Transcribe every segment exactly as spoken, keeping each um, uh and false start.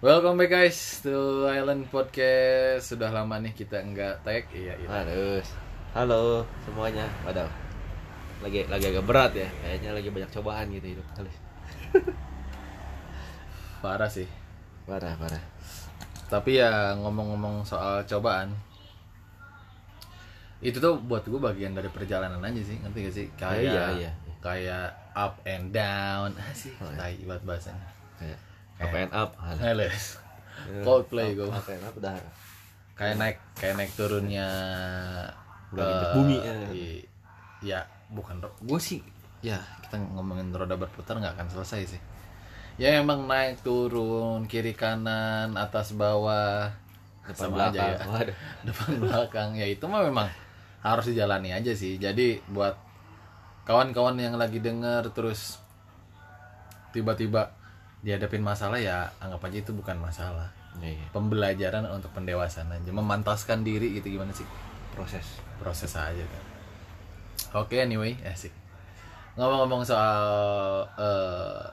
Welcome back guys to Island Podcast. Sudah lama nih kita enggak tag. Iya, iya. Harus. Halo semuanya. Waduh. Lagi lagi agak berat ya. Kayaknya lagi banyak cobaan gitu hidup kali. Parah sih. Parah, parah. Tapi ya ngomong-ngomong soal cobaan, itu tuh buat gue bagian dari perjalanan aja sih, ngerti gak sih? Kayak iya, iya. kayak up and down. Asik, Oh, iya. tai banget bahasanya. Kayak up and up. Heles. Coldplay gue. Up and up udah. Kayak naik kayak naik turunnya Udah injek bumi ya. i- Ya, bukan gue sih. Ya, kita ngomongin roda berputar nggak akan selesai sih. Ya emang naik turun, kiri kanan, atas bawah, Depan sama belakang. aja ya. Waduh. Depan belakang ya itu mah memang harus dijalani aja sih. Jadi buat kawan-kawan yang lagi denger terus tiba-tiba dihadapin masalah, ya anggap aja itu bukan masalah. Iya. Pembelajaran untuk pendewasaan aja, memantaskan diri gitu, gimana sih? Proses. Proses aja kan. Oke, anyway, asik. Ngomong-ngomong soal eh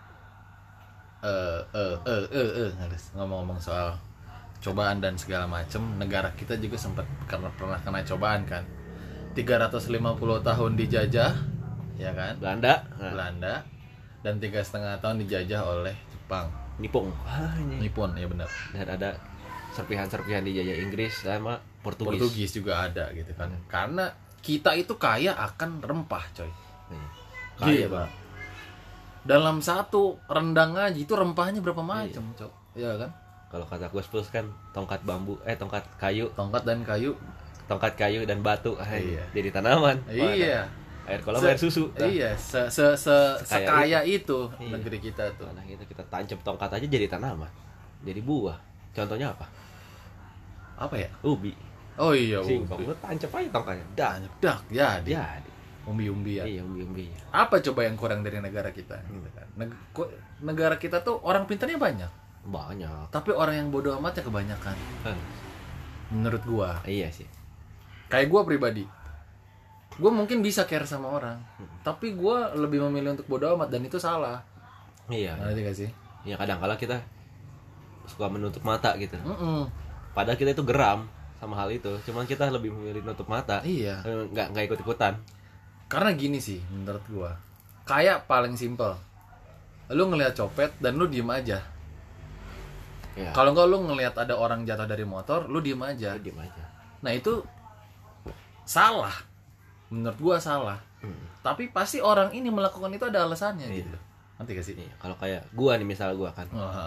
eh eh eh eh eh harus ngomong-ngomong soal cobaan dan segala macem, negara kita juga sempat karena pernah kena cobaan kan. tiga ratus lima puluh tahun dijajah, ya kan? Belanda. Nah, Belanda, dan tiga setengah tahun dijajah oleh Jepang. Nipong. Ah, ini. Nippon, ya benar. Dan ada serpihan-serpihan dijajah Inggris sama Portugis. Portugis juga ada gitu kan. Karena kita itu kaya akan rempah, coy. Iya. Kaya, Bang. Bang. Dalam satu rendang aja itu rempahnya berapa macam, Cok? Iya kan? Kalau kata Gus Plus kan tongkat bambu, eh tongkat kayu, Tongkat dan kayu. tongkat kayu dan batu, ah, Iya. jadi tanaman. Iya. Air kolam, Se- air susu. Nah, Iya, se se se Sekaya sekaya itu Iya. negeri kita tuh. Nah, gitu kita tancap tongkat aja jadi tanaman, jadi buah. Contohnya apa? Apa ya? Ubi. Oh iya, Singkong, umbi. lu tancap aja tongkatnya. Dah, Dak, ya, dia. jadi. Umbi-umbi ya. Iya, umbi-umbi. Apa coba yang kurang dari negara kita? Gitu kan. Neg- ko- negara kita tuh orang pintarnya banyak, Banyak. tapi orang yang bodoh amat ya kebanyakan. Hmm. Menurut gua. Iya sih. Kayak gua pribadi. Gua mungkin bisa care sama orang, tapi gua lebih memilih untuk bodoh amat, dan itu salah. Iya. Ngerti gak sih? Iya, kadang kala kita suka menutup mata gitu. Mm-mm. Padahal kita itu geram sama hal itu, cuman kita lebih memilih nutup mata. Iya. Eh, Nggak nggak ikut-ikutan. Karena gini sih menurut gua. Kayak paling simpel. Lu ngelihat copet dan lu diem aja. Iya. Kalau enggak lu ngelihat ada orang jatuh dari motor, lu diem aja. Diam aja. Nah, itu salah. Menurut gua salah. Hmm. Tapi pasti orang ini melakukan itu ada alasannya Iya. gitu. Nanti gak sih? Iya, kalau kayak gua nih, misal gua kan. Oh,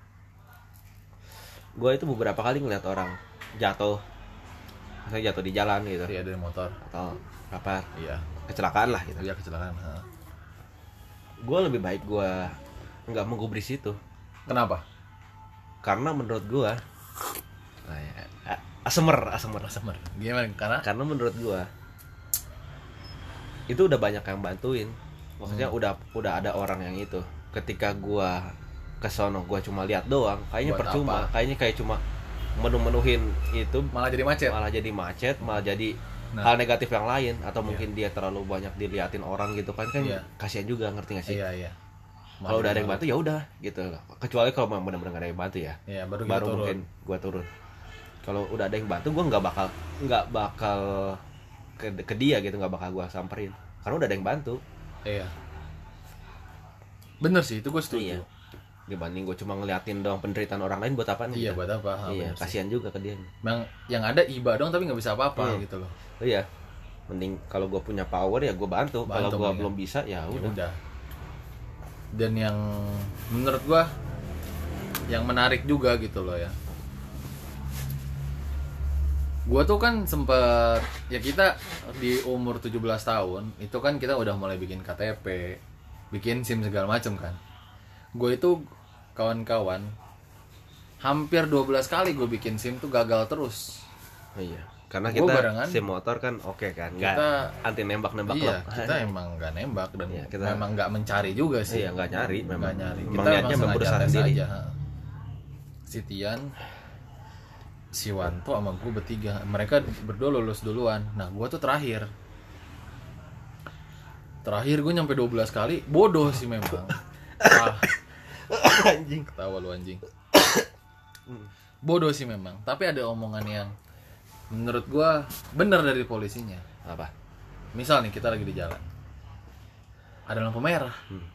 Gua itu beberapa kali ngeliat orang jatuh. Misalnya jatuh di jalan gitu. iya, dari motor. Atau apa, Iya. kecelakaan lah gitu. Iya, kecelakaan. Ha. Gue lebih baik gue nggak menggubris itu, Kenapa? karena menurut gue nah ya, a- asemer asemer Asemer. Gimana? Karena karena menurut gue itu udah banyak yang bantuin, maksudnya Hmm. udah udah ada orang yang itu. Ketika gue kesono gue cuma lihat doang, kayaknya Buat percuma, apa? kayaknya kayak cuma menu-menuhin itu, malah jadi macet. malah jadi macet, malah jadi Nah. hal negatif yang lain, atau Iya. mungkin dia terlalu banyak diliatin orang gitu kan, kan Iya. kasihan juga, ngerti gak sih? Iya, iya. Kalau udah ada yang Malah- bantu ya udah gitu, kecuali kalau memang benar-benar gak ada yang bantu ya, Iya, baru, kita baru turun. mungkin gua turun. Kalau udah ada yang bantu, gua nggak bakal nggak bakal ke, ke dia gitu, nggak bakal gua samperin karena udah ada yang bantu. Iya. Bener sih, itu gue setuju. Iya. Dibanding gua cuma ngeliatin doang penderitaan orang lain, buat apa nih? Iya, buat apa? Ha, Iya, bener sih. kasihan juga ke dia. Yang, yang ada iba dong tapi nggak bisa apa-apa Hmm. gitu loh. Oh, iya. Mending kalau gua punya power ya gua bantu. Kalau Bantu, gua iya. belum bisa ya Ya udah. udah. Dan yang menurut gua yang menarik juga gitu loh ya. Gua tuh kan sempet, ya kita di umur tujuh belas tahun itu kan kita udah mulai bikin K T P, bikin SIM segala macem kan. Gue itu kawan-kawan hampir dua belas kali gue bikin SIM tuh gagal terus. Oh, iya. Karena Gua kita barengan. sim motor kan oke kan, nggak Kita- anti nembak-nembak Iya, klub. kita emang nggak nembak dan Iya, kita- memang nggak mencari juga sih. Iya, nggak nyari, memang. Nggak nyari. Memang Kita niatnya emang memang sengaja berusaha tes sendiri. aja. ha. Si Tian, si Wanto sama gue bertiga, mereka berdua lulus duluan. Nah, gue tuh terakhir. Terakhir gue nyampe dua belas kali, bodoh sih memang. Ah, Anjing. ketawa lu anjing. Hmm. Bodoh sih memang, tapi ada omongan yang menurut gua benar dari polisinya. Apa? Misal nih kita lagi di jalan, ada lampu merah, Hmm.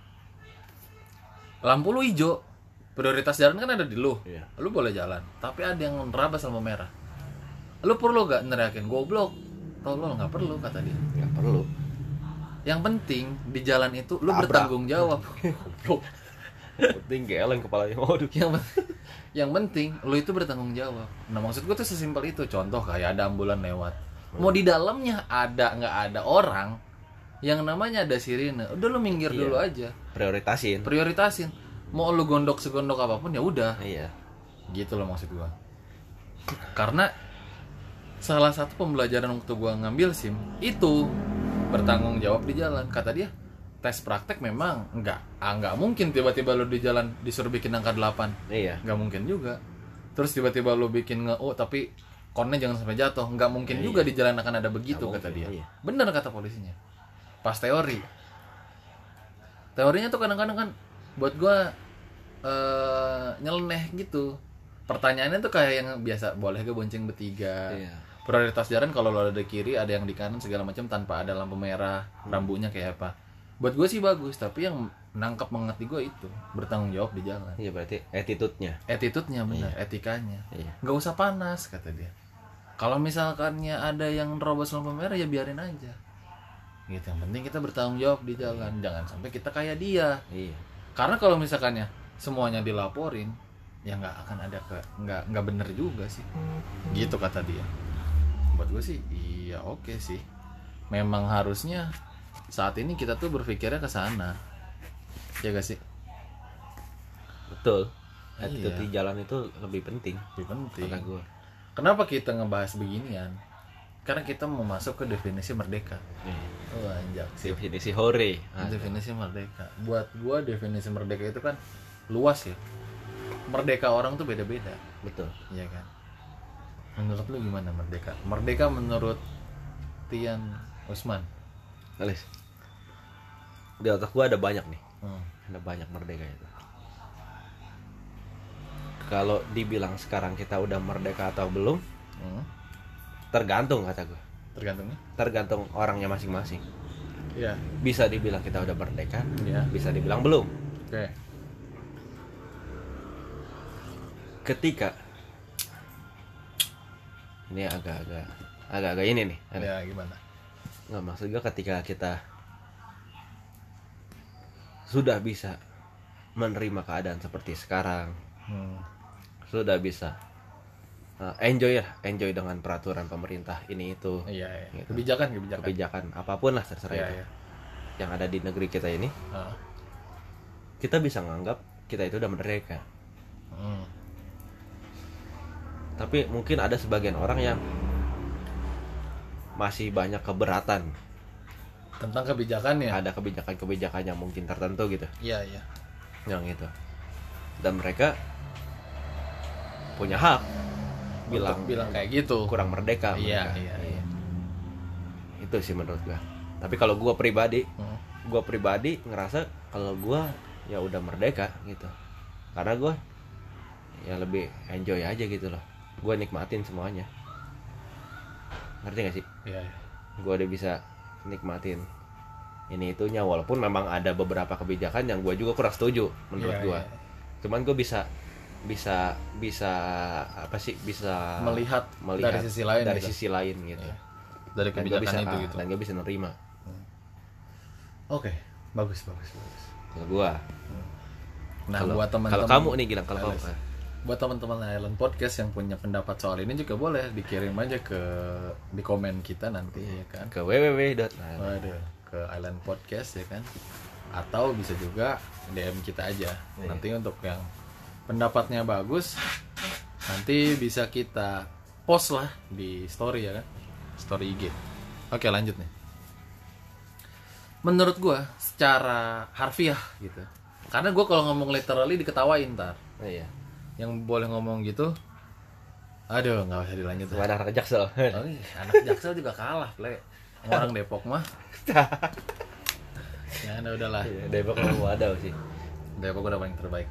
lampu lu hijau, prioritas jalan kan ada di lu, Iya. lu boleh jalan. Tapi ada yang nerabas lampu merah, lu perlu gak neriakin goblok? Tolol, nggak perlu kata dia. Nggak perlu. Yang penting di jalan itu lu Tabrak. bertanggung jawab. Goblok. Penting geleng kepalanya. Waduh. yang yang penting lu itu bertanggung jawab. Nah maksud gue tuh sesimpel itu. Contoh kayak ada ambulan lewat, mau di dalamnya ada nggak ada orang, yang namanya ada sirine, udah lu minggir Iya. dulu aja, Prioritasin. prioritasin. Mau lu gondok segondok apapun ya udah, Iya. gitu loh maksud gua. Karena salah satu pembelajaran waktu gua ngambil SIM itu bertanggung jawab di jalan. Kata dia, tes praktek memang enggak, ah, enggak mungkin tiba-tiba lu di jalan disuruh bikin angka delapan. Iya. Enggak mungkin juga. Terus tiba-tiba lu bikin nge-o tapi konnya jangan sampai jatuh. Enggak mungkin Iya. juga di jalan akan ada begitu, Nggak kata mungkin, dia. iya. Bener kata polisinya. Pas teori. Teorinya tuh kadang-kadang kan buat gua eh nyeleneh gitu. Pertanyaannya tuh kayak yang biasa, boleh gak bonceng bertiga? Iya. Prioritas jalan kalau lo ada di kiri, ada yang di kanan segala macam tanpa ada lampu merah, rambunya kayak apa. Buat gue sih bagus, tapi yang nangkep mengerti gue itu bertanggung jawab di jalan. Iya berarti attitude-nya. Attitude-nya benar, etikanya. Iya. Gak usah panas kata dia. Kalau misalkannya ada yang nerobos lampu merah ya biarin aja. Gitu, yang penting kita bertanggung jawab di jalan. Jangan sampai kita kayak dia. Iya. Karena kalau misalkannya semuanya dilaporin, ya nggak akan ada ke nggak nggak bener juga sih. Gitu kata dia. Buat gue sih, iya oke sih. Memang harusnya saat ini kita tuh berpikirnya ke sana. Ya gak sih? Betul. Iya. Attitude di jalan itu lebih penting. Lebih penting. Kata gue. Kenapa kita ngebahas beginian? Karena kita mau masuk ke definisi merdeka. Iya. Oh anjak sih. Definisi hore. Ah, Definisi merdeka. Buat gua definisi merdeka itu kan luas ya. Merdeka orang tuh beda-beda, betul. iya kan? Menurut lu gimana merdeka? Merdeka menurut Tian Usman. Alis. Di otak gua ada banyak nih. Hmm. Ada banyak merdeka itu. Kalau dibilang sekarang kita udah merdeka atau belum, Hmm. tergantung kata gue. Tergantungnya? Tergantung orangnya masing-masing. Iya. Bisa dibilang kita udah merdeka, Iya. bisa dibilang belum. Oke. Ketika ini agak-agak agak-agak ini nih. Ada. Ya gimana? Nggak, maksud gue ketika kita sudah bisa menerima keadaan seperti sekarang, Hmm. sudah bisa uh, enjoy lah, enjoy dengan peraturan pemerintah ini itu, Iya, iya. Gitu. Kebijakan, kebijakan. kebijakan apapun lah terserah Iya, itu iya. yang ada di negeri kita ini, Ah. kita bisa menganggap kita itu udah merdeka. Hmm. Tapi mungkin ada sebagian orang yang masih banyak keberatan, Tentang kebijakan ya? ada kebijakan-kebijakan yang mungkin tertentu gitu, Iya, iya. yang itu, dan mereka punya hak bilang Untuk bilang kayak gitu. kurang merdeka Iya, mereka. iya, iya. Itu sih menurut gua. Tapi kalau gua pribadi, Hmm. gua pribadi ngerasa kalau gua ya udah merdeka gitu, karena gua ya lebih enjoy aja gitu loh. Gua nikmatin semuanya, ngerti gak sih? Iya, iya. Gua udah bisa nikmatin ini itunya, walaupun memang ada beberapa kebijakan yang gua juga kurang setuju menurut Iya, gua. iya. Cuman gua bisa bisa bisa apa sih bisa Melihat, melihat dari sisi lain dari gitu. sisi lain gitu. Iya. Dari Dan gua kebijakan bisa itu ah, gitu. dan gua bisa nerima Oke, bagus, bagus, bagus. kalau gua. Nah, kalau buat teman-teman, kalau kamu nih bilang kalau Alex, kamu buat teman-teman Island Podcast yang punya pendapat soal ini juga boleh dikirim aja ke di komen kita nanti ya kan. ke www dot Waduh, ke Island Podcast ya kan. Atau bisa juga D M kita aja. Iya. Nanti untuk yang pendapatnya bagus, nanti bisa kita post lah di story ya kan. Story I G. Oke, lanjut nih. Menurut gua secara harfiah gitu. Karena gua kalau ngomong literally diketawain ntar. iya. Yang boleh ngomong gitu, aduh nggak usah dilanjut lah. Mana anak jaksel. Oh, iya, anak Jaksel juga kalah, Ple. Orang Depok mah. Ya, nah, udahlah. Iya, Depok kamu ada sih. Depok udah paling terbaik lah.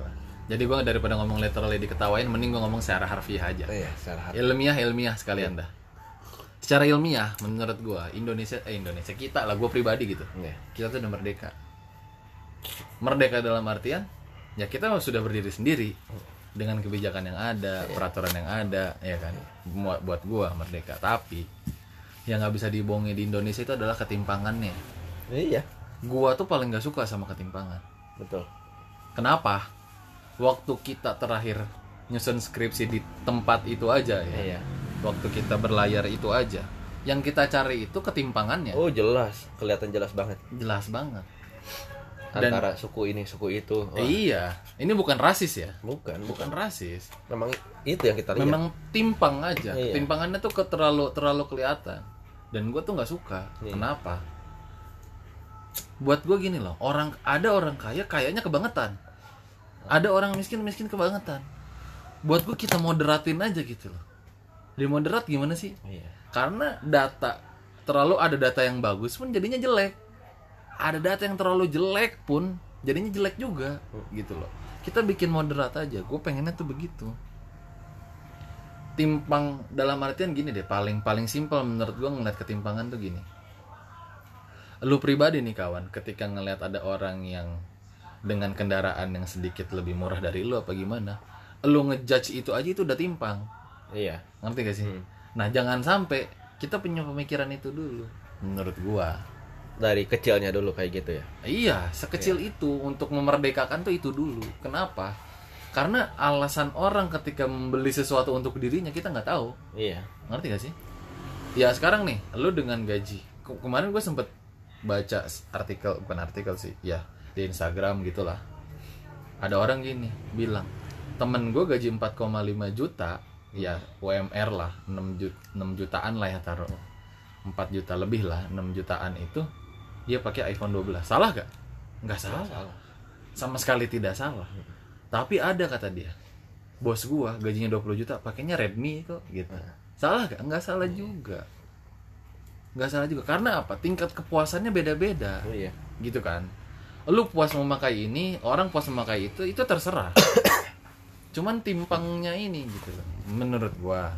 Jadi gue daripada ngomong literally diketawain, mending gue ngomong secara harfiah aja. Oh iya, secara harfiah. Ilmiah ilmiah sekalian dah. Secara ilmiah, menurut gue Indonesia, eh Indonesia kita lah, gue pribadi gitu. Iya. Kita tuh udah merdeka. Merdeka dalam artian, ya kita sudah berdiri sendiri dengan kebijakan yang ada, iya. peraturan yang ada, ya kan. Buat buat gue merdeka. Tapi yang nggak bisa dibohongi di Indonesia itu adalah ketimpangannya. Iya. Gua tuh paling nggak suka sama ketimpangan. Betul. Kenapa? Waktu kita terakhir nyusun skripsi di tempat itu aja ya. Iya. Waktu kita berlayar itu aja. Yang kita cari itu ketimpangannya. Oh jelas, kelihatan jelas banget. Jelas banget. Antara Dan, suku ini, suku itu. Wah. Iya. Ini bukan rasis ya? Bukan, bukan rasis. Memang itu yang kita lihat. Memang timpang aja. Iya. Ketimpangannya tuh ke terlalu terlalu kelihatan. Dan gue tuh nggak suka. Iya. Kenapa? Buat gue gini loh. Orang ada orang kaya kayaknya kebangetan. Ada orang miskin miskin kebangetan. Buat gue kita moderatin aja gitu loh. Di moderat gimana sih? Iya. Karena data terlalu ada data yang bagus pun jadinya jelek. Ada data yang terlalu jelek pun jadinya jelek juga gitu loh. Kita bikin moderat aja. Gue pengennya tuh begitu. Timpang dalam artian gini deh, paling paling simpel menurut gue ngeliat ketimpangan tuh gini. Lu pribadi nih kawan, ketika ngeliat ada orang yang dengan kendaraan yang sedikit lebih murah dari lu apa gimana, lu ngejudge itu aja itu udah timpang. Iya. Ngerti gak sih? Hmm. Nah jangan sampai kita punya pemikiran itu dulu. Menurut gua dari kecilnya dulu kayak gitu ya. Iya, sekecil iya. itu untuk memerdekakan tuh itu dulu. Kenapa? Karena alasan orang ketika membeli sesuatu untuk dirinya kita nggak tahu. Iya. Ngerti gak sih? Ya sekarang nih, lu dengan gaji. Kemarin gue sempet baca artikel, bukan artikel sih, ya di Instagram gitulah. Ada orang gini bilang, temen gue gaji empat koma lima juta, ya U M R lah, enam jutaan lah ya taruh, empat juta lebih lah, enam jutaan itu dia pakai iPhone dua belas. Salah gak? Nggak salah. salah. Sama sekali tidak salah. Tapi ada kata dia, bos gue gajinya dua puluh juta, pakainya Redmi kok gitu. Salah gak? Nggak salah juga. Nggak salah juga. Karena apa? Tingkat kepuasannya beda-beda. Oh, iya. Gitu kan. Lu puas memakai ini, orang puas memakai itu, itu terserah. Cuman timpangnya ini gitu loh, menurut gua.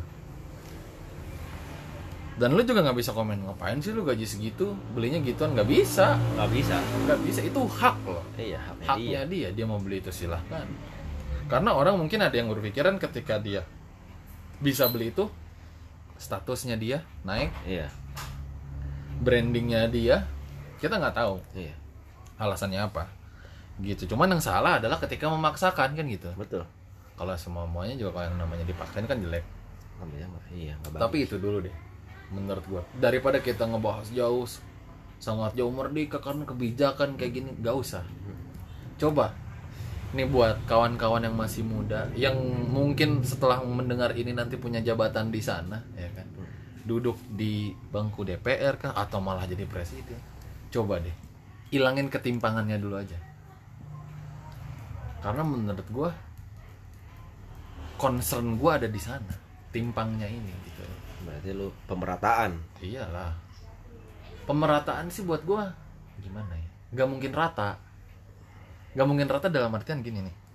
Dan lu juga nggak bisa komen, ngapain sih lu gaji segitu, belinya gituan, nggak bisa. Nggak bisa. Nggak bisa, itu hak loh. Iya, haknya, haknya dia. dia, dia mau beli itu silahkan. Karena orang mungkin ada yang berpikiran ketika dia bisa beli itu, statusnya dia naik, iya. brandingnya dia, kita nggak tahu. Iya. Alasannya apa gitu. Cuman yang salah adalah ketika memaksakan kan gitu. Betul. Kalau semua-muanya juga kalau yang namanya dipaksain kan jelek. Namanya iya, nggak bagus. Tapi itu dulu deh menurut gua. Daripada kita ngebahas jauh sangat jauh merdeka karena kebijakan kayak gini, nggak usah. Coba nih buat kawan-kawan yang masih muda, yang mungkin setelah mendengar ini nanti punya jabatan di sana, ya kan, duduk di bangku D P R kah atau malah jadi presiden. Coba deh ilangin ketimpangannya dulu aja. Karena menurut gue concern gue ada di sana, timpangnya ini gitu. Berarti lu pemerataan. Iyalah. Pemerataan sih buat gue gimana ya? Gak mungkin rata. Gak mungkin rata dalam artian gini nih.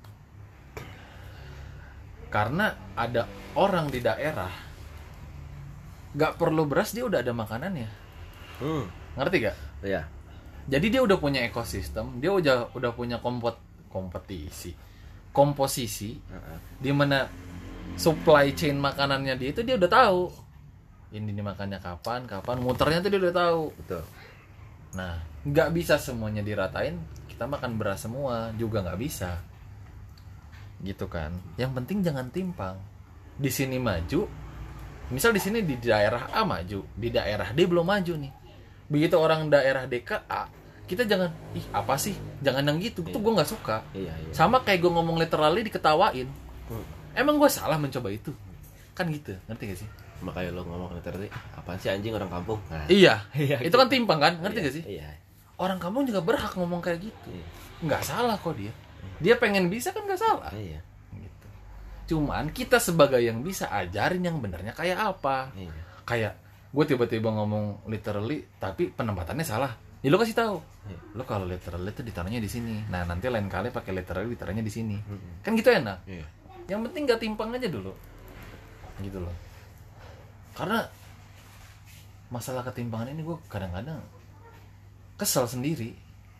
Karena ada orang di daerah gak perlu beras, dia udah ada makanannya. Hmm. Ngerti gak? Iya. Jadi dia udah punya ekosistem, dia udah udah punya kompet, kompetisi, komposisi, uh-huh. di mana supply chain makanannya dia itu dia udah tahu. Ini dimakannya kapan, kapan, muternya tuh dia udah tahu. Betul. Nah, nggak bisa semuanya diratain. Kita makan beras semua juga nggak bisa. Gitu kan. Yang penting jangan timpang. Di sini maju, misal di sini di daerah A maju, di daerah D belum maju nih. Begitu orang daerah D ke A, kita jangan, ih apa sih, jangan yang gitu, itu gue nggak suka. Iya, iya. Sama kayak gue ngomong literally diketawain. Hmm. Emang gue salah mencoba itu? Kan gitu, ngerti gak sih? Makanya lo ngomong literally, apaan sih anjing orang kampung? Nah. Iya, iya, itu kan timpang kan, ngerti iya, gak sih? Iya. Orang kampung juga berhak ngomong kayak gitu. Iya. Nggak salah kok dia. Dia pengen bisa kan nggak salah. Iya. Gitu. Cuman kita sebagai yang bisa ajarin yang benernya kayak apa. Iya. Kayak gue tiba-tiba ngomong literally tapi penempatannya salah. Ya lo kasih tahu. Iya. Lo kalau literally tuh ditaruhnya di sini. Nah, nanti lain kali pakai literally ditaruhnya di sini. Mm-mm. Kan gitu enak. Iya. Yang penting gak timpang aja dulu. Gitu loh. Karena masalah ketimpangan ini gue kadang-kadang kesel sendiri.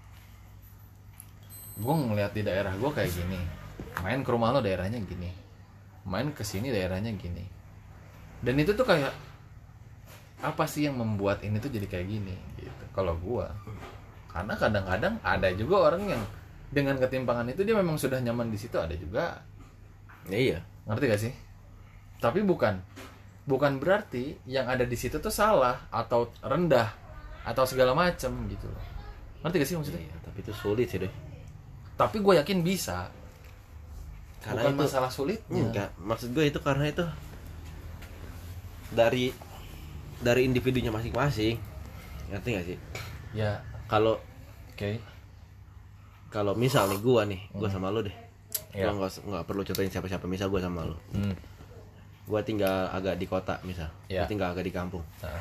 Gue ngeliat di daerah gue kayak gini, main ke rumah lo daerahnya gini, main ke sini daerahnya gini, dan itu tuh kayak apa sih yang membuat ini tuh jadi kayak gini gitu. Kalau gue, karena kadang-kadang ada juga orang yang dengan ketimpangan itu dia memang sudah nyaman di situ, ada juga. Iya. Ngerti gak sih? Tapi bukan bukan berarti yang ada di situ tuh salah atau rendah atau segala macem gitu loh. Ngerti gak sih maksudnya? Iya, tapi itu sulit sih deh. Tapi gue yakin bisa. Karena bukan itu, masalah sulitnya. Enggak, maksud gue itu karena itu dari dari individunya masing-masing. Ngerti gak sih? Ya, Kalau oke. Okay. kalau misal nih gue nih, gue Hmm. sama lu deh. Ya. Gue nggak nggak perlu contohin siapa-siapa. Misal gue sama lu. Hmm. Gue tinggal agak di kota misal. Ya. Gue tinggal agak di kampung. Nah.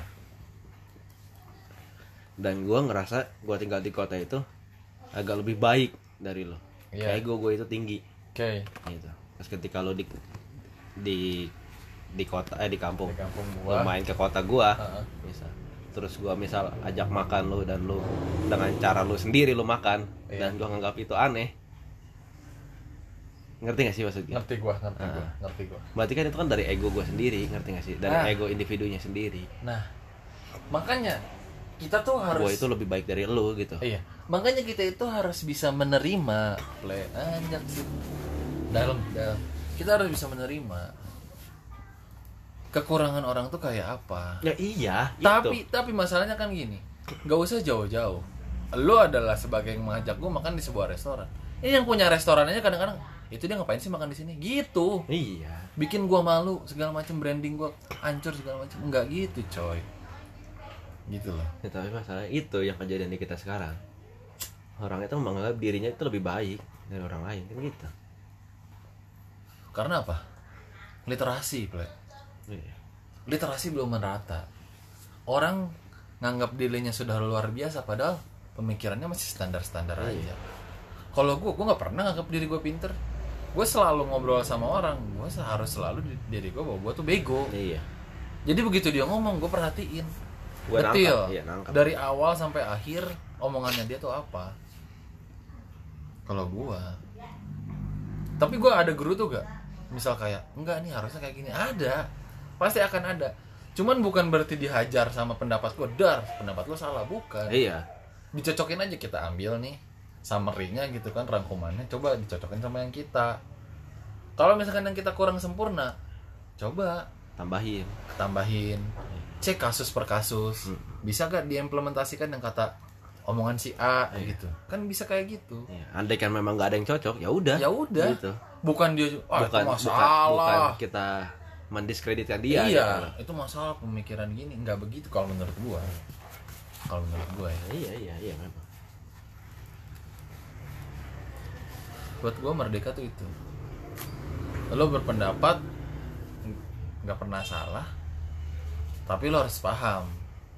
Dan gue ngerasa gue tinggal di kota itu agak lebih baik dari lo. Ya. Kayak gue gue itu tinggi. Oke. Okay. Gitu. Terus ketika lo di di di kota eh di kampung, Di kampung lo gua. main ke kota gua, Uh-huh. misal. Terus gua misal ajak makan lo dan lo dengan cara lo sendiri lo makan, Iya. dan gua nganggap itu aneh. Ngerti gak sih maksudnya? Ngerti gua, ngerti Ah. gua, ngerti gua. Berarti kan itu kan dari ego gua sendiri, ngerti gak sih? Dari Ah. ego individunya sendiri. Nah, makanya kita tuh harus. Gua itu lebih baik dari lo gitu. Iya. Makanya kita itu harus bisa menerima play anjak sih. Dalam, dalam. Kita harus bisa menerima kekurangan orang tuh kayak apa. Ya iya, Tapi itu. tapi masalahnya kan gini, nggak usah jauh-jauh. Lo adalah sebagai yang mengajak gue makan di sebuah restoran. Ini yang punya restoran aja kadang-kadang itu dia ngapain sih makan di sini? Gitu. Iya. Bikin gue malu segala macam, branding gue hancur segala macam. Enggak gitu, coy. Gitu loh. Ya, tapi masalah itu yang kejadian di kita sekarang. Orang itu menganggap dirinya itu lebih baik dari orang lain kan gitu. Karena apa? Literasi, play. Iya. Literasi belum merata. Orang nganggap dirinya sudah luar biasa padahal pemikirannya masih standar-standar aja. Kalau gue, gue nggak pernah nganggap diri gue pinter. Gue selalu ngobrol sama orang, gue harus selalu di- diri gue bahwa gue tuh bego. Iya. Jadi begitu dia ngomong, gue perhatiin. Gua Detil. nangkap, iya, nangkap. Dari awal sampai akhir omongannya dia tuh apa. Kalau gue, tapi gue ada guru tuh gak? Misal kayak, enggak nih harusnya kayak gini. Ada, pasti akan ada. Cuman bukan berarti dihajar sama pendapat gue. Dar, pendapat lo salah, bukan. Iya. Dicocokin aja, kita ambil nih summary-nya gitu kan, rangkumannya, coba dicocokin sama yang kita. Kalau misalkan yang kita kurang sempurna, coba Tambahin. tambahin, cek kasus per kasus. Hmm. Bisa gak diimplementasikan yang kata omongan si A Iya. gitu. Kan bisa kayak gitu. Iya. Andai kan memang nggak ada yang cocok, ya udah. Ya udah. Gitu. Bukan dia, ah bukan, itu bukan masalah. bukan kita mendiskreditkan dia. Iya, gitu. itu masalah pemikiran gini. Nggak begitu kalau menurut gua. Kalau menurut gua ya. Iya iya iya memang. Buat gua merdeka tuh itu. Lo berpendapat nggak pernah salah, tapi lo harus paham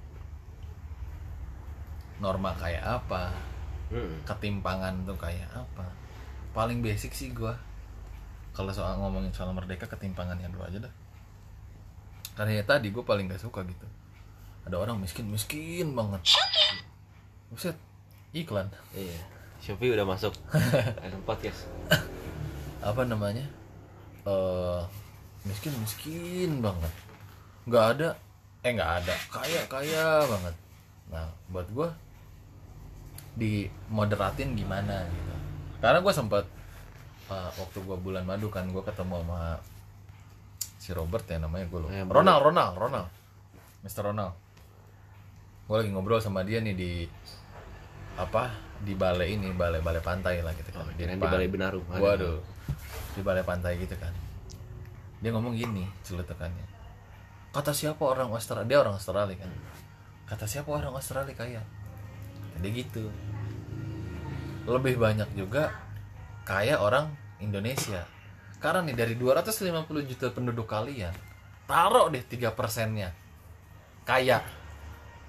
norma kayak apa, Hmm. ketimpangan tuh kayak apa. Paling basic sih gua kalau soal ngomongin soal merdeka, ketimpangannya dulu aja dah. Karena ya tadi gua paling gak suka gitu, ada orang miskin miskin banget. Buset, iklan Iya. Shopee udah masuk. Ada podcast. apa namanya, eh miskin miskin banget, nggak ada eh nggak ada kaya kaya banget. Nah buat gue dimoderatin gimana gitu, karena gue sempet uh, waktu gue bulan madu kan gue ketemu sama si Robert ya namanya, gue lupa. Eh, Ronald Ronald Ronald Mister Ronald. Gue lagi ngobrol sama dia nih di apa, di balai ini, balai balai pantai lah gitu kan. Oh, kirain di depan. Balai Benaru. Waduh, di balai pantai gitu kan. Dia ngomong gini celutukannya, kata siapa orang Australia, dia orang Australia kan, kata siapa orang Australia kaya. Dia gitu. Lebih banyak juga kaya orang Indonesia. Karena nih dari dua ratus lima puluh juta penduduk kalian, taruh deh tiga persennya kaya.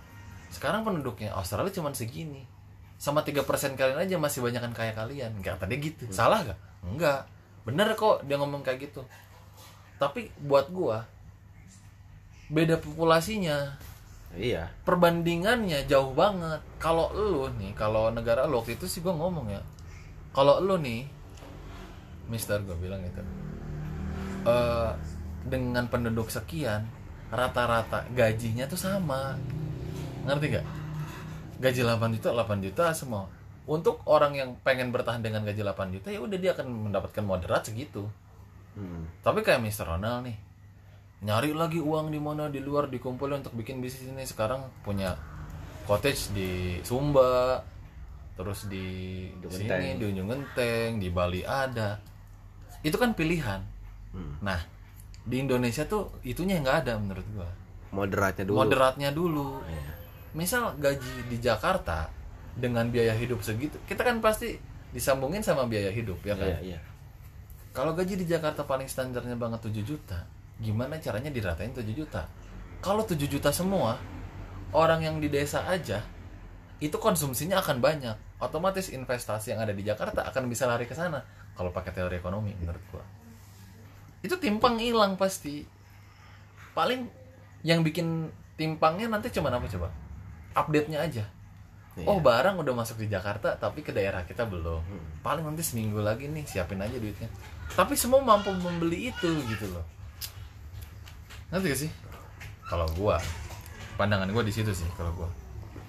Sekarang penduduknya Australia cuma segini. Sama tiga persen kalian aja masih banyakan kayak kalian. Enggak, tadi gitu. Hmm. Salah gak? Enggak. Bener kok dia ngomong kayak gitu. Tapi buat gua beda populasinya. Iya. Perbandingannya jauh banget. Kalau lu nih, kalau negara lu waktu itu sih gua ngomong ya. Kalau lu nih, Mister gua bilang gitu. Uh, dengan penduduk sekian, rata-rata gajinya tuh sama. Ngerti gak? Gaji delapan juta, delapan juta semua. Untuk orang yang pengen bertahan dengan gaji delapan juta, ya udah dia akan mendapatkan moderat segitu. Hmm. Tapi kayak Mister Ronald nih, nyari lagi uang di mana di luar dikumpulin untuk bikin bisnis ini. Sekarang punya cottage di Sumba, terus di sini di Ujung Genteng, di Bali ada. Itu kan pilihan. Hmm. Nah, di Indonesia tuh itunya nggak ada menurut gua. Moderatnya dulu. Moderatnya dulu. Ya. Misal gaji di Jakarta dengan biaya hidup segitu, kita kan pasti disambungin sama biaya hidup, ya kan? Iya, iya. Kalau gaji di Jakarta paling standarnya banget tujuh juta, gimana caranya diratain tujuh juta? Kalau tujuh juta semua, orang yang di desa aja, itu konsumsinya akan banyak. Otomatis investasi yang ada di Jakarta akan bisa lari ke sana. Kalau pakai teori ekonomi, menurut gua. Itu timpang hilang pasti. Paling yang bikin timpangnya nanti cuma apa coba? Update-nya aja. Iya. Oh, barang udah masuk di Jakarta tapi ke daerah kita belum. Hmm. Paling nanti seminggu lagi nih siapin aja duitnya. Tapi semua mampu membeli itu gitu loh. Ngerti gak sih? Kalau gua, pandangan gua di situ sih kalau gua.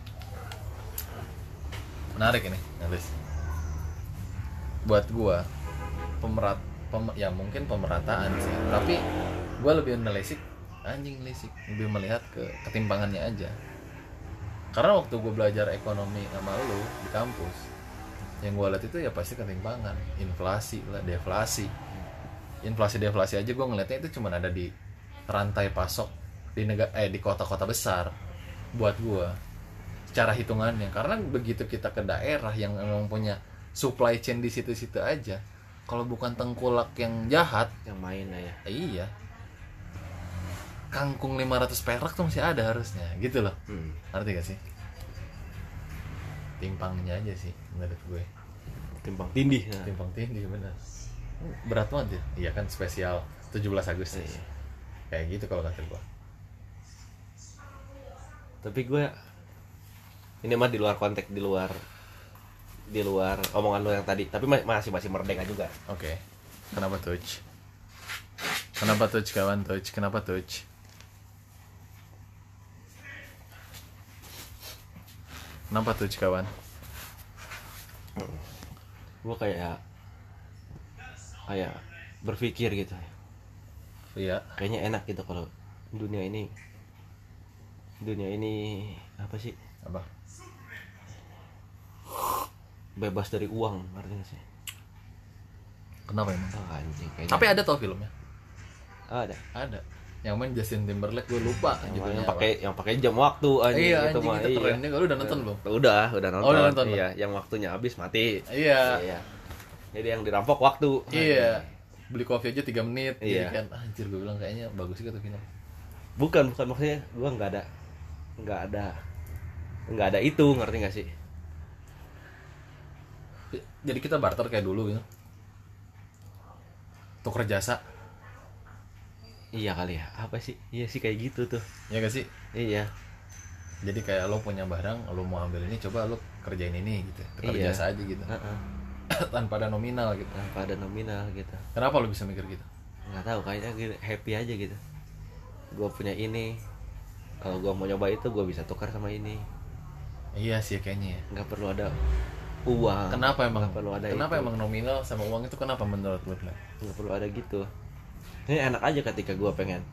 Menarik ini, Nalis. Buat gua pemerat pem, ya mungkin pemerataan sih. Tapi gua lebih menelisik anjing lisik, lebih melihat ke ketimpangannya aja. Karena waktu gue belajar ekonomi sama lu di kampus, yang gue lihat itu ya pasti ketimpangan, inflasi lah, deflasi. Inflasi deflasi aja gue ngeliatnya itu cuma ada di rantai pasok di negara eh di kota-kota besar buat gue. Secara hitungannya, karena begitu kita ke daerah yang memang punya supply chain di situ-situ aja, kalau bukan tengkulak yang jahat, yang main lah ya. Eh, iya. Kangkung lima ratus perak tuh masih ada harusnya gitu loh. Hmm. Ngerti gak sih? Timpangnya aja sih menurut gue. Timpang tindih. Nah. Timpang tindih benar. Berat banget ya. Iya kan spesial tujuh belas Agustus. Iya. Kayak gitu kalau kata gue. Tapi gue ini mah di luar konteks, di luar di luar omongan lo yang tadi. Tapi masih masih merdeka juga. Oke. Okay. Kenapa touch? Kenapa touch kawan touch? Kenapa touch? Kenapa tuh kawan? Gue kayak kayak berpikir gitu. Iya. Kayaknya enak gitu kalau dunia ini dunia ini apa sih? Apa? Bebas dari uang, artinya sih. Kenapa emang? Oh, anjing, kayaknya. Tapi ada tau filmnya? Ada. Ada. Yang main Justin Timberlake, gue lupa yang yang pakai yang pakai jam waktu anjing. Iya, itu mah itu kerennya. Iya. Lu udah nonton belum? Udah, udah nonton. Oh, udah nonton. Iya, yang waktunya habis mati. Iya. Iya. Jadi yang dirampok waktu. Iya. Beli kopi aja tiga menit. Iya. Kan anjir, gue bilang kayaknya bagus juga tuh film. Bukan, bukan maksudnya gue enggak ada enggak ada enggak ada itu, ngerti enggak sih? Jadi kita barter kayak dulu gitu. Tuker jasa. Iya kali ya, apa sih? Iya sih kayak gitu tuh. Iya gak sih? Iya. Jadi kayak lo punya barang, lo mau ambil ini, coba lo kerjain ini gitu. Tuker iya. jasa aja gitu. Uh-uh. Tanpa ada nominal gitu. Tanpa ada nominal gitu. Kenapa lo bisa mikir gitu? Nggak tahu, kayaknya gitu, happy aja gitu. Gue punya ini, kalau gue mau nyoba itu gue bisa tukar sama ini. Iya sih kayaknya ya. Nggak perlu ada uang. Kenapa emang? Nggak perlu ada kenapa itu. emang nominal sama uang itu kenapa menurut lo? Nggak perlu ada gitu. Ini enak aja ketika gue pengen,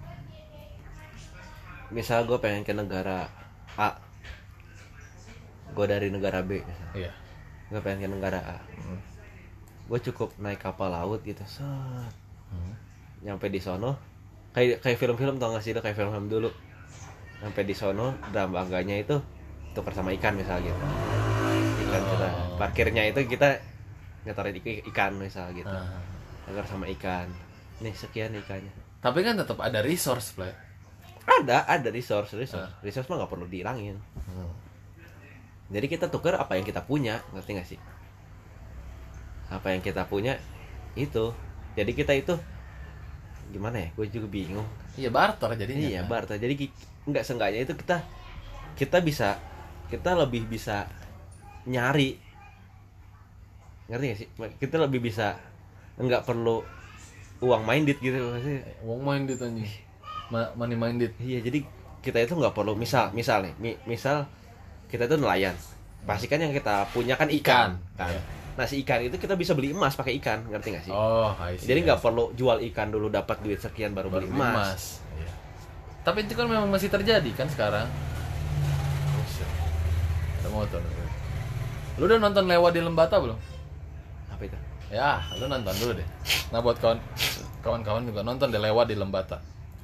misal gue pengen ke negara A, gue dari negara B misalnya. Iya. Gue pengen ke negara A, hmm. gue cukup naik kapal laut gitu, set, hmm. nyampe di sono, kayak kayak film-film tau gak sih lo, kayak film-film dulu, nyampe di sono, dalam bangganya itu tukar sama ikan misalnya gitu, ikan oh. kita, parkirnya itu kita ngetarin ikan misalnya gitu, tukar uh. sama ikan. Nih sekian ikannya. Tapi kan tetap ada resource, Play. Ada, ada resource, resource. Ah. Resource mah nggak perlu dihilangin. Hmm. Jadi kita tukar apa yang kita punya, ngerti nggak sih? Apa yang kita punya itu. Jadi kita itu gimana ya? Gue juga bingung. Iya barter jadinya. Iya, kan? barter. Jadi ki- nggak seenggaknya itu kita kita bisa kita lebih bisa nyari. Ngerti nggak sih? Kita lebih bisa nggak perlu uang minded gitu maksudnya. Wong minded anjing. Ma- money minded. Iya, jadi kita itu nggak perlu misal misal nih mi- misal kita itu nelayan, pasti kan yang kita punya kan ikan, Ikan, kan. iya. Nah si ikan itu kita bisa beli emas pakai ikan, ngerti nggak sih? Oh, I see. Jadi nggak perlu jual ikan dulu dapat duit sekian baru, baru beli emas. Iya. Tapi itu kan memang masih terjadi kan sekarang. Oh, shit. Ada motor. Lu udah nonton Lewat di Lembata belum? Apa itu? Ya, lu nonton dulu deh. Nah buat kawan kawan-kawan juga nonton deh Lewat di Lembata.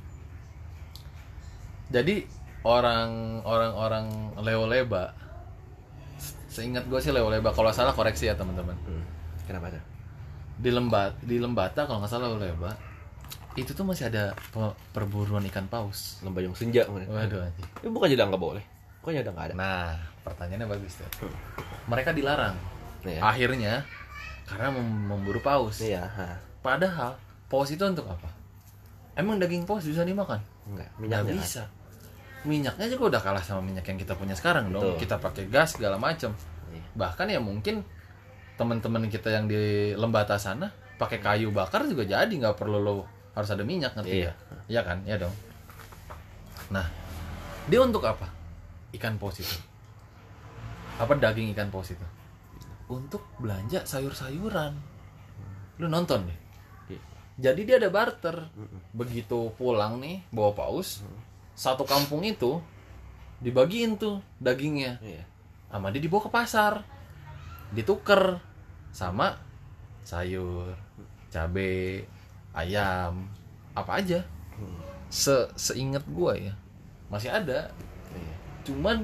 Jadi orang orang orang Leo Leba, seingat gue sih Leo Leba, kalau salah koreksi ya teman-teman. Hmm. Kenapa tuh? Di Lembat di Lembata kalau nggak salah Leo Leba, itu tuh masih ada pe- perburuan ikan paus. Lembayung senja. Waduh anjing. Itu bukan jadi nggak boleh. Kok udah nggak ada? Nah, pertanyaannya bagus tuh. Mereka dilarang. Iya. Akhirnya karena mem- memburu paus. Iya. Ha. Padahal paus itu untuk apa? Emang daging paus bisa dimakan? Enggak. Nggak Minyaknya kan? bisa. Minyaknya juga udah kalah sama minyak yang kita punya sekarang dong. Betul. Kita pakai gas segala macam. Iya. Bahkan ya mungkin teman-teman kita yang di Lembata sana pakai kayu bakar juga jadi, nggak perlu lo harus ada minyak, ngerti Iya. ya? Iya kan? Iya dong. Nah, dia untuk apa? Ikan paus itu. Apa daging ikan paus itu? Untuk belanja sayur-sayuran. Lu nonton deh. Iya. Jadi dia ada barter. Begitu pulang nih bawa paus, satu kampung itu dibagiin tuh dagingnya. Iya. Sama dia dibawa ke pasar. Dituker sama sayur, cabe, ayam, apa aja. Se seingat gua ya. Masih ada. Iya. Cuman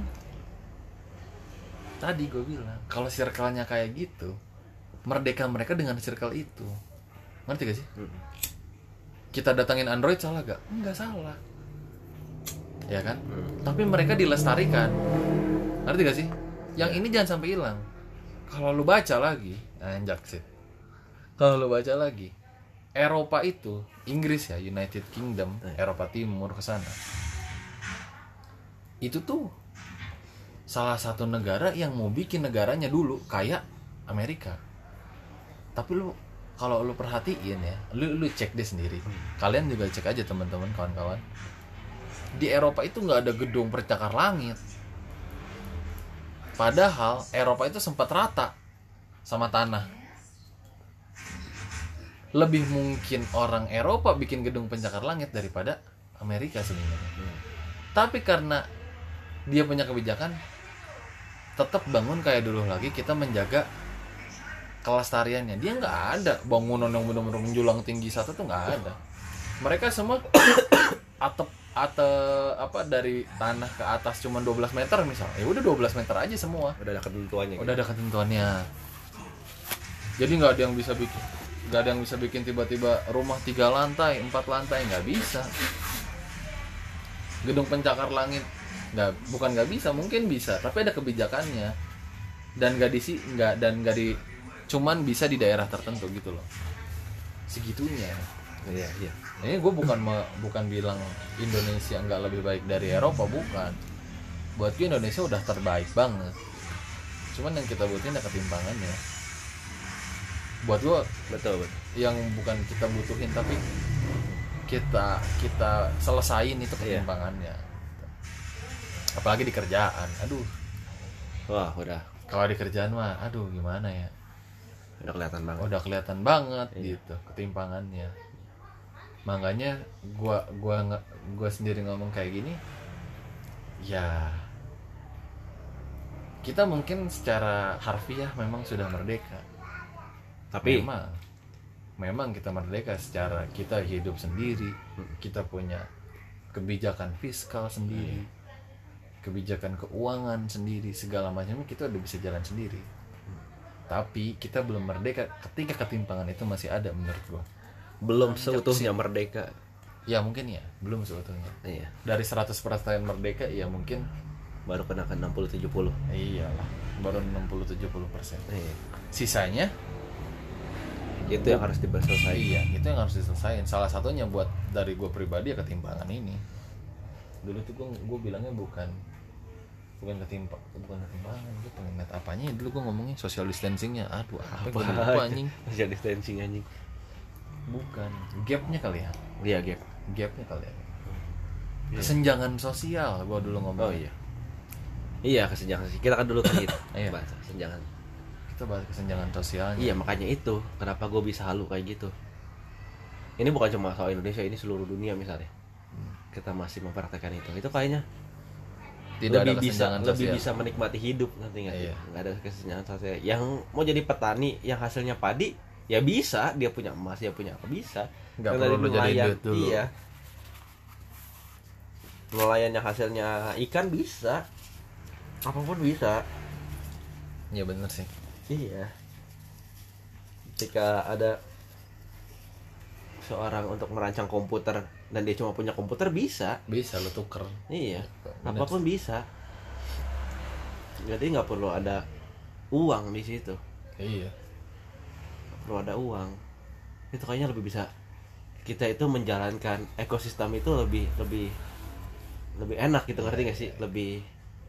tadi gue bilang kalau circle-nya kayak gitu, merdeka mereka dengan circle itu. Ngerti gak sih? Mm. Kita datangin Android salah gak? Enggak salah. Ya kan? Mm. Tapi mereka dilestarikan. Ngerti gak sih? Yang ini jangan sampai hilang. Kalau lu baca lagi, anjak sih. Kalau lu baca lagi, Eropa itu, Inggris ya, United Kingdom, Eh. Eropa Timur ke sana. Itu tuh salah satu negara yang mau bikin negaranya dulu kayak Amerika. Tapi lu kalau lu perhatiin ya, lu lu cek deh sendiri. Kalian juga cek aja teman-teman, kawan-kawan. Di Eropa itu nggak ada gedung pencakar langit. Padahal Eropa itu sempat rata sama tanah. Lebih mungkin orang Eropa bikin gedung pencakar langit daripada Amerika sebenarnya. Hmm. Tapi karena dia punya kebijakan, tetap bangun kayak dulu lagi, kita menjaga kelestariannya. Dia nggak ada bangunan yang benar-benar menjulang tinggi satu tuh nggak ada. Mereka semua atap atap apa dari tanah ke atas cuma dua belas meter misal. Ya udah dua belas meter aja semua. Udah ada ketentuannya. Udah ada ketentuannya. Jadi nggak ada yang bisa bikin nggak ada yang bisa bikin tiba-tiba rumah tiga lantai, empat lantai, nggak bisa. Gedung pencakar langit nggak, bukan nggak bisa, mungkin bisa, tapi ada kebijakannya. Dan nggak disi nggak dan nggak di cuman bisa di daerah tertentu gitu loh. Segitunya. Iya, iya. Ini gue bukan me, bukan bilang Indonesia nggak lebih baik dari Eropa, bukan. Buat gue Indonesia udah terbaik banget. Cuman yang kita butuhin ada ketimpangannya. Buat gue Betul, betul. yang bukan kita butuhin tapi kita kita selesain itu ketimpangannya. Apalagi di kerjaan. Aduh, Wah, udah kalau di kerjaan mah aduh gimana ya? udah kelihatan banget. Udah kelihatan banget Iya. gitu ketimpangannya. Makanya gua gua nge- gua sendiri ngomong kayak gini. Ya kita mungkin secara harfiah memang sudah merdeka. Tapi memang memang kita merdeka secara kita hidup sendiri, kita punya kebijakan fiskal sendiri, kebijakan keuangan sendiri, segala macamnya kita udah bisa jalan sendiri. Tapi kita belum merdeka ketika ketimpangan itu masih ada menurut gua. belum Anjak seutuhnya sih. merdeka. Ya mungkin ya, belum sebetulnya. Iya. Dari seratus persen merdeka ya mungkin Baru kena ke enam puluh tujuh puluh. iyalah, baru enam puluh tujuh puluh persen. Iya. Sisanya Itu yang harus diselesaikan. iya, itu yang harus diselesaikan. Salah satunya buat dari gue pribadi ya ketimpangan ini. Dulu tuh gue gue bilangnya bukan bukan ketimpa bukan ketimpangan, gue pengen lihat apanya ya, dulu gue ngomongnya social distancingnya. Aduh, apa, gue lupa anjing. Social distancing anjing. Bukan, gapnya kali ya. Iya, gap. Gapnya kali ya. Kesenjangan sosial gue dulu ngomong. Oh iya. Iya, kesenjangan sih. Kita kan dulu kan itu. Iya. Bahasa kesenjangan. Kita bahas kesenjangan sosialnya. Iya, makanya itu kenapa gue bisa halu kayak gitu. Ini bukan cuma soal Indonesia, ini seluruh dunia misalnya. Kita masih mempraktekkan itu. Itu kayaknya Tidak lebih ada bisa kesenjangan lebih sosial. bisa menikmati hidup, nanti nggak sih? Iya. Nggak ada kesenjangan sosial. Yang mau jadi petani yang hasilnya padi ya bisa, dia punya emas, dia punya apa bisa. Nggak Yang perlu dari lu jadi nelayan, duit dulu. Iya. Nelayan yang hasilnya ikan bisa, apapun bisa. Iya bener sih. Iya. Ketika ada seorang untuk merancang komputer dan dia cuma punya komputer bisa. Bisa lu tuker. Iya. Bener. Apapun bisa. Jadi nggak perlu ada uang di situ. Iya. Nggak perlu ada uang. Itu kayaknya lebih bisa. Kita itu menjalankan ekosistem itu lebih lebih lebih enak gitu, ngerti nggak sih? Lebih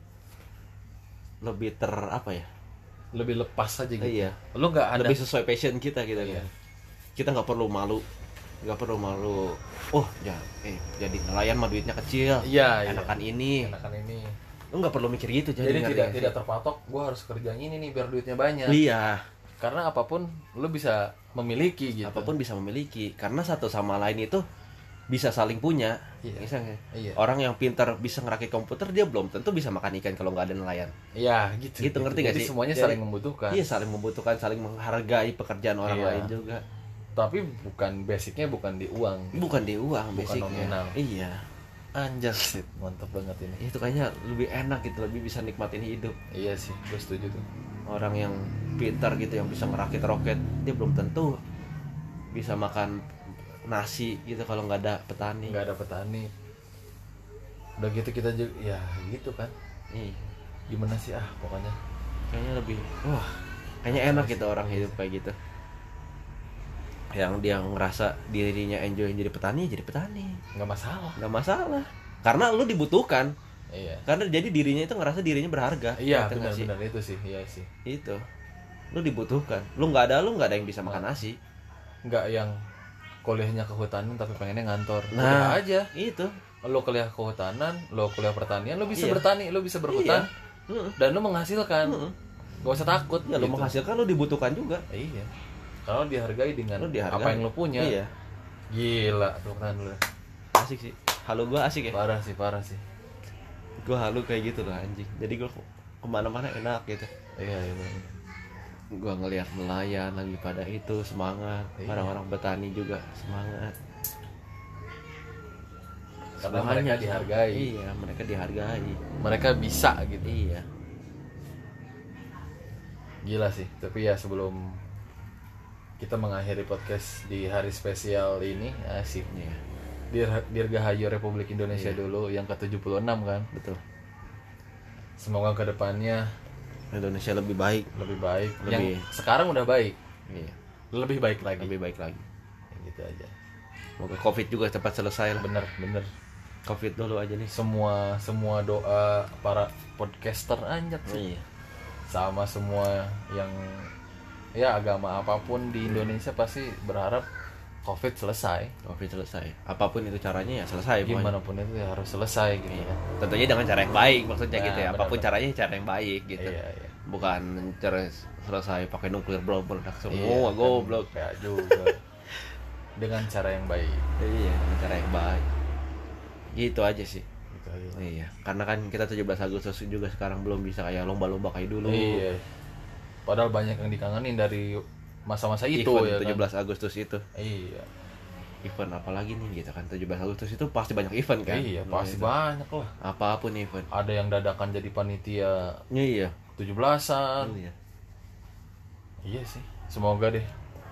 lebih ter apa ya? Lebih lepas aja gitu. Iya. Lu nggak ada. Lebih sesuai passion kita gitu Iya. kan. Kita nggak perlu malu, nggak perlu malu. Oh ya, eh jadi nelayan mah duitnya kecil. Iya, iya. Enakan ini. Enakan ini. Lu nggak perlu mikir gitu. Jadi, Jadi, tidak ngerti nggak tidak sih? terpatok. Gue harus kerja ini nih biar duitnya banyak. Iya. Karena apapun lu bisa memiliki gitu. Apapun bisa memiliki. Karena satu sama lain itu bisa saling punya. Iya. Misalnya Iya. orang yang pintar bisa ngerakit komputer, dia belum tentu bisa makan ikan kalau nggak ada nelayan. Iya gitu. Gitu, ngerti nggak Jadi sih? semuanya Jadi- saling membutuhkan. Iya, saling membutuhkan, saling menghargai pekerjaan orang Iya. lain juga. Tapi bukan basicnya bukan di uang. Bukan di uang, Bukan basicnya. nominal. Iya. Anjir sih, mantap banget ini. Itu kayaknya lebih enak gitu, lebih bisa nikmatin hidup. Iya sih, gue setuju tuh. Orang yang pintar gitu, yang bisa ngerakit roket, dia belum tentu bisa makan nasi gitu kalau nggak ada petani. Nggak ada petani. Udah gitu kita juga, ya gitu kan. Iya. Gimana sih ah pokoknya. Kayaknya lebih, wah, kayaknya enak gitu orang hidup kayak gitu. Yang dia ngerasa dirinya enjoy jadi petani, jadi petani. Nggak masalah. Nggak masalah. Karena lu dibutuhkan. Iya. Karena jadi dirinya itu ngerasa dirinya berharga. Iya Ngerti nggak sih? benar-benar itu sih, iya sih. Itu. Lu dibutuhkan. Lu nggak ada, lu nggak ada yang bisa makan nasi. Nggak yang kuliahnya kehutanan tapi pengennya ngantor. Nah, Udah aja. Itu. Lo kuliah kehutanan, lo kuliah pertanian, lo bisa Iya. bertani, lo bisa berhutan, Heeh. dan lo menghasilkan. Heeh. Gak usah takut. Ya, lu gitu. menghasilkan, lu dibutuhkan juga. Iya. Kalau dihargai dengan Lu dihargai. apa yang lo punya. Iya. Gila, tepuk tangan dulu. Asik sih. Halo, gua asik ya. Parah sih, parah sih. Gua halu kayak gitu loh anjing. Jadi gua ke- kemana-mana enak gitu. Iya, iya. bener. Gua ngelihat nelayan lagi pada itu semangat. Iya. Orang-orang petani juga semangat. Karena Semuanya mereka sih. dihargai. Iya, mereka dihargai. Mereka bisa gitu. Iya. Gila sih. Tapi ya sebelum kita mengakhiri podcast di hari spesial ini, asik. Iya. Dir- Dirgahayu Republik Indonesia Iya. dulu yang ke tujuh puluh enam kan. Betul. Semoga kedepannya Indonesia lebih baik. lebih baik. Lebih. Yang sekarang udah baik, Iya. lebih baik lagi. Lebih baik lagi. Ya, gitu aja. Semoga Covid juga cepat selesai lah. Bener, bener. Covid dulu aja nih. Semua semua doa para podcaster anjat sih. Iya. Sama semua yang ya agama apapun di Indonesia pasti berharap Covid selesai. Covid selesai. Apapun itu caranya ya selesai. pokoknya. Gimana pun itu ya harus selesai gitu Iya. ya. Tentunya dengan cara yang baik maksudnya Nah, gitu ya. benar, Apapun benar. caranya cara yang baik gitu. Iya, iya. Bukan cara selesai pakai nuklir bro meledak Iya, semua kan, goblok. ya juga. Dengan cara yang baik. Iya, dengan cara yang baik. Gitu aja sih. Gitu aja. Iya, karena kan kita tujuh belas Agustus juga sekarang belum bisa kayak lomba-lomba kayak dulu. Iya. Padahal banyak yang dikangenin dari masa-masa itu Event ya tujuh belas kan. Agustus itu. Iya. Event apalagi nih gitu kan. tujuh belas Agustus itu pasti banyak event kan. Iya, pasti Gitu. banyak lah. Apapun event. Ada yang dadakan jadi panitia Iya. tujuh belasan. Iya. Iya sih. Semoga deh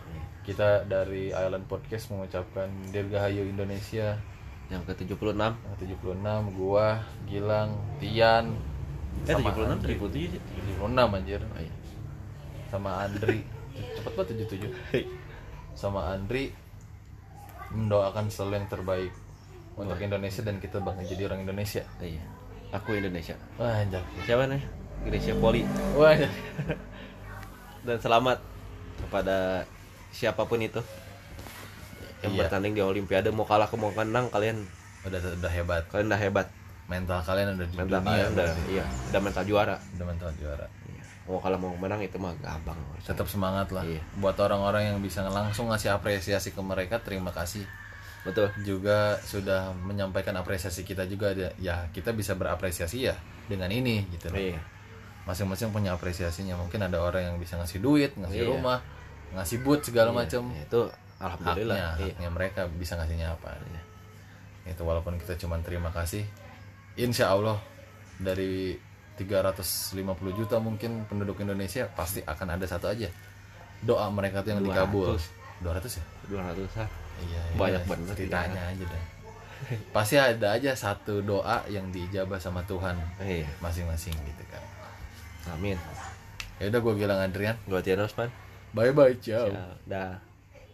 kita dari Island Podcast mengucapkan Dirgahayu Indonesia yang ke tujuh puluh enam. yang tujuh puluh enam. Gua, Gilang, Tian, Eh sama tujuh puluh enam Andri. tujuh puluh tujuh sih. tujuh puluh enam anjir. Oh, iya. Sama Andri. Cepet banget tujuh puluh tujuh. Sama Andri mendoakan selalu yang terbaik untuk Indonesia dan kita bangga jadi orang Indonesia. Iya. Aku Indonesia. Wah, anjir. Siapa nih? Indonesia Poli. Wah, anjir. Dan selamat kepada siapapun itu yang Iya. bertanding di Olimpiade, mau kalah ke mau menang, kalian Udah udah hebat. kalian udah hebat. Mental kalian udah di Mental dunia. kalian udah, berarti. iya, udah mental juara. Udah mental juara. Iya. Mau kalah mau menang itu mah gampang. Tetap semangat lah. Iya. Buat orang-orang yang bisa langsung ngasih apresiasi ke mereka, terima kasih. Betul. Juga sudah menyampaikan apresiasi kita juga ada. Ya, kita bisa berapresiasi ya dengan ini gitu loh. Iya. Masing-masing punya apresiasinya. Mungkin ada orang yang bisa ngasih duit, ngasih Iya. rumah, ngasih boot segala Iya, macam. itu alhamdulillah. Haknya, Iya. haknya mereka bisa ngasihnya apa. Iya. Itu walaupun kita cuma terima kasih. Insya Allah dari tiga ratus lima puluh juta mungkin penduduk Indonesia pasti akan ada satu aja doa mereka tuh yang dua dikabul. ratus. dua ratus ya? dua ratusan. Iya, Banyak iya, banget ceritanya ya. aja deh. Pasti ada aja satu doa yang diijabah sama Tuhan Iya. masing-masing gitu kan. Amin. Ya udah, gue Gilang Adrian. Gua Tian Osman. Bye bye, ciao. Dah.